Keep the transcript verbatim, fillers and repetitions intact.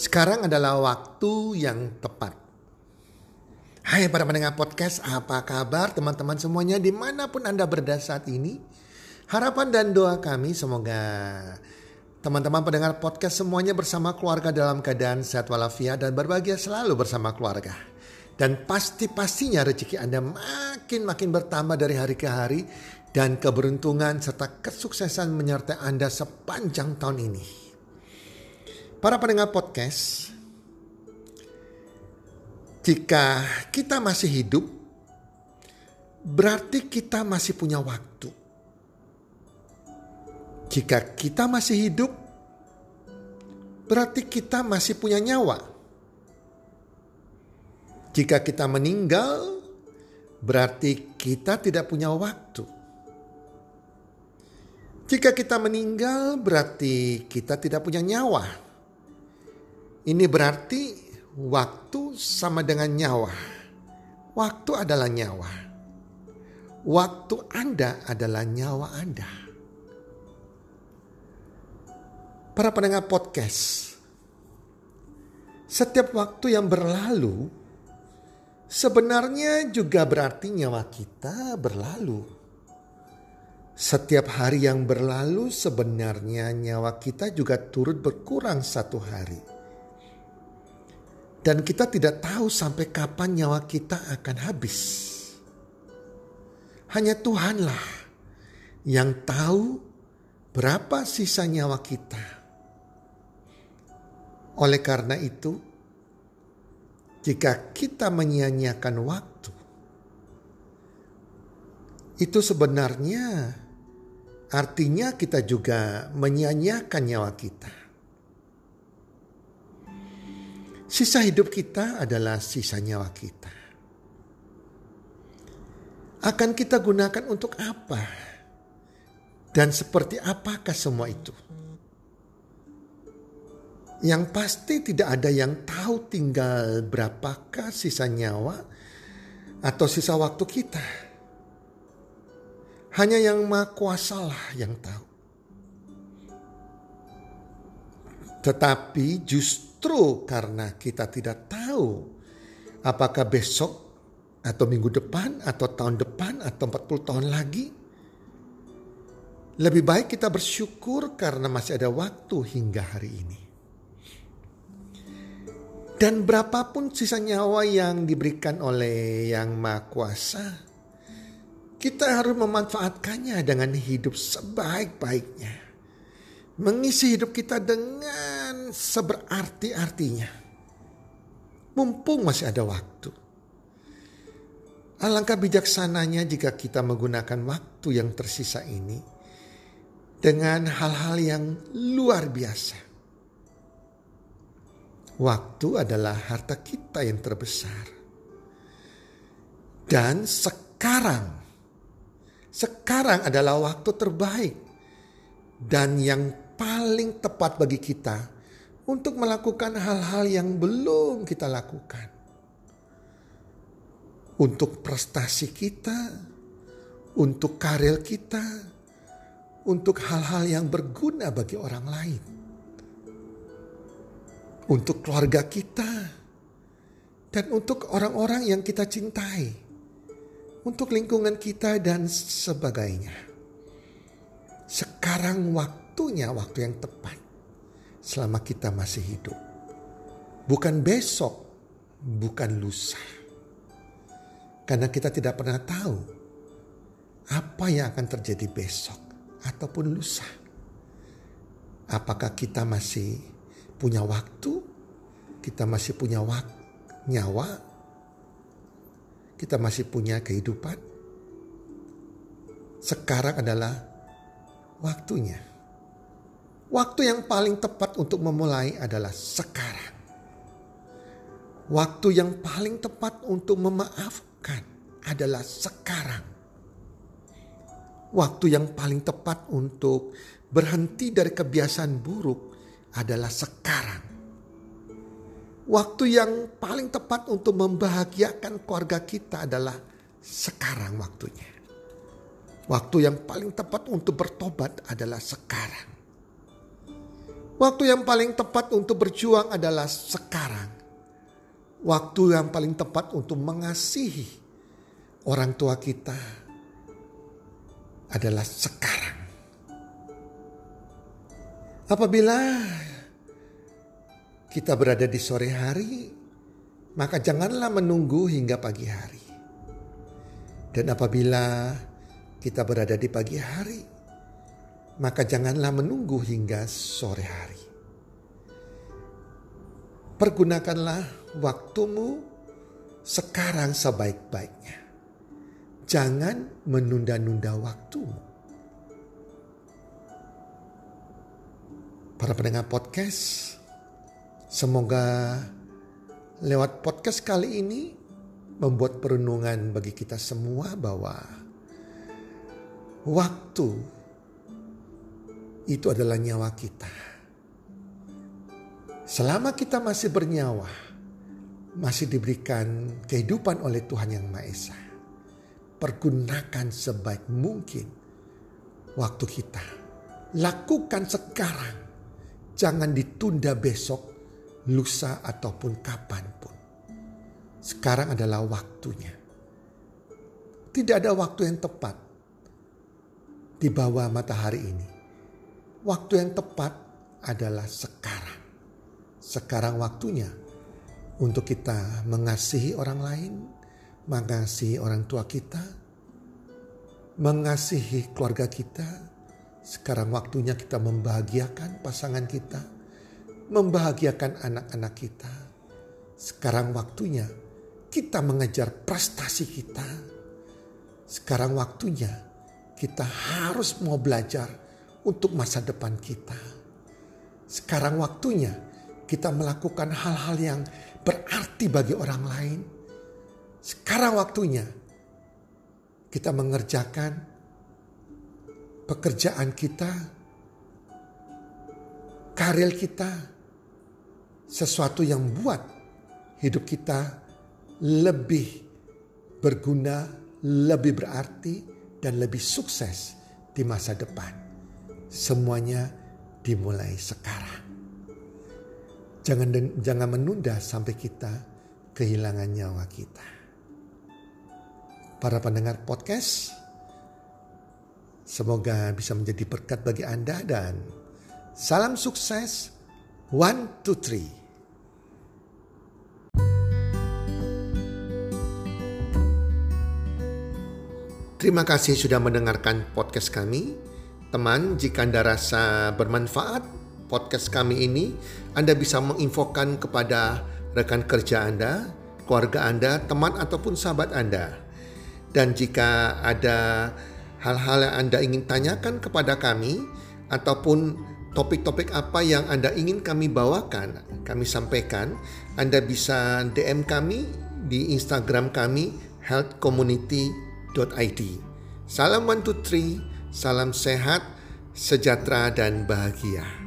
Sekarang adalah waktu yang tepat. Hai para pendengar podcast, apa kabar teman-teman semuanya dimanapun Anda berada saat ini? Harapan dan doa kami semoga teman-teman pendengar podcast semuanya bersama keluarga dalam keadaan sehat walafiat dan berbahagia selalu bersama keluarga. Dan pasti-pastinya rezeki Anda makin-makin bertambah dari hari ke hari dan keberuntungan serta kesuksesan menyertai Anda sepanjang tahun ini. Para pendengar podcast, jika kita masih hidup, berarti kita masih punya waktu. Jika kita masih hidup, berarti kita masih punya nyawa. Jika kita meninggal, berarti kita tidak punya waktu. Jika kita meninggal, berarti kita tidak punya nyawa. Ini berarti waktu sama dengan nyawa. Waktu adalah nyawa. Waktu Anda adalah nyawa Anda. Para pendengar podcast, setiap waktu yang berlalu sebenarnya juga berarti nyawa kita berlalu. Setiap hari yang berlalu sebenarnya nyawa kita juga turut berkurang satu hari. Dan kita tidak tahu sampai kapan nyawa kita akan habis. Hanya Tuhanlah yang tahu berapa sisa nyawa kita. Oleh karena itu, jika kita menyia-nyiakan waktu, itu sebenarnya artinya kita juga menyia-nyiakan nyawa kita. Sisa hidup kita adalah sisa nyawa kita. Akan kita gunakan untuk apa? Dan seperti apakah semua itu? Yang pasti tidak ada yang tahu tinggal berapakah sisa nyawa atau sisa waktu kita. Hanya yang Maha Kuasa lah yang tahu. Tetapi justru Justru karena kita tidak tahu apakah besok atau minggu depan atau tahun depan atau empat puluh tahun lagi. Lebih baik kita bersyukur karena masih ada waktu hingga hari ini. Dan berapapun sisa nyawa yang diberikan oleh Yang Maha Kuasa, kita harus memanfaatkannya dengan hidup sebaik-baiknya. Mengisi hidup kita dengan seberarti-artinya. Mumpung masih ada waktu. Alangkah bijaksananya jika kita menggunakan waktu yang tersisa ini dengan hal-hal yang luar biasa. Waktu adalah harta kita yang terbesar. Dan sekarang, sekarang adalah waktu terbaik dan yang paling tepat bagi kita untuk melakukan hal-hal yang belum kita lakukan. Untuk prestasi kita, untuk karir kita, untuk hal-hal yang berguna bagi orang lain. Untuk keluarga kita, dan untuk orang-orang yang kita cintai. Untuk lingkungan kita dan sebagainya. Sekarang waktunya waktu yang tepat selama kita masih hidup. Bukan besok, bukan lusa. Karena kita tidak pernah tahu apa yang akan terjadi besok ataupun lusa. Apakah kita masih punya waktu? Kita masih punya wak- nyawa? Kita masih punya kehidupan? Sekarang adalah waktunya. Waktu yang paling tepat untuk memulai adalah sekarang. Waktu yang paling tepat untuk memaafkan adalah sekarang. Waktu yang paling tepat untuk berhenti dari kebiasaan buruk adalah sekarang. Waktu yang paling tepat untuk membahagiakan keluarga kita adalah sekarang waktunya. Waktu yang paling tepat untuk bertobat adalah sekarang. Waktu yang paling tepat untuk berjuang adalah sekarang. Waktu yang paling tepat untuk mengasihi orang tua kita adalah sekarang. Apabila kita berada di sore hari, maka janganlah menunggu hingga pagi hari. Dan apabila kita berada di pagi hari, maka janganlah menunggu hingga sore hari. Pergunakanlah waktumu sekarang sebaik-baiknya. Jangan menunda-nunda waktumu. Para pendengar podcast, semoga lewat podcast kali ini membuat perenungan bagi kita semua bahwa waktu itu adalah nyawa kita. Selama kita masih bernyawa, masih diberikan kehidupan oleh Tuhan Yang Maha Esa, pergunakan sebaik mungkin waktu kita. Lakukan sekarang, jangan ditunda besok, lusa ataupun kapanpun. Sekarang adalah waktunya. Tidak ada waktu yang tepat di bawah matahari ini. Waktu yang tepat adalah sekarang. Sekarang waktunya untuk kita mengasihi orang lain, mengasihi orang tua kita, mengasihi keluarga kita. Sekarang waktunya kita membahagiakan pasangan kita, membahagiakan anak-anak kita. Sekarang waktunya kita mengejar prestasi kita. Sekarang waktunya kita harus mau belajar untuk masa depan kita. Sekarang waktunya kita melakukan hal-hal yang berarti bagi orang lain. Sekarang waktunya kita mengerjakan pekerjaan kita, karir kita, sesuatu yang buat hidup kita lebih berguna, lebih berarti, dan lebih sukses di masa depan. Semuanya dimulai sekarang. Jangan jangan menunda sampai kita kehilangan nyawa kita. Para pendengar podcast, semoga bisa menjadi berkat bagi Anda dan salam sukses. One, two, three. Terima kasih sudah mendengarkan podcast kami. Teman, jika Anda rasa bermanfaat podcast kami ini, Anda bisa menginfokan kepada rekan kerja Anda, keluarga Anda, teman ataupun sahabat Anda. Dan jika ada hal-hal yang Anda ingin tanyakan kepada kami, ataupun topik-topik apa yang Anda ingin kami bawakan, kami sampaikan, Anda bisa D M kami di Instagram kami health community dot i d. Salam one two three, salam sehat, sejahtera dan bahagia.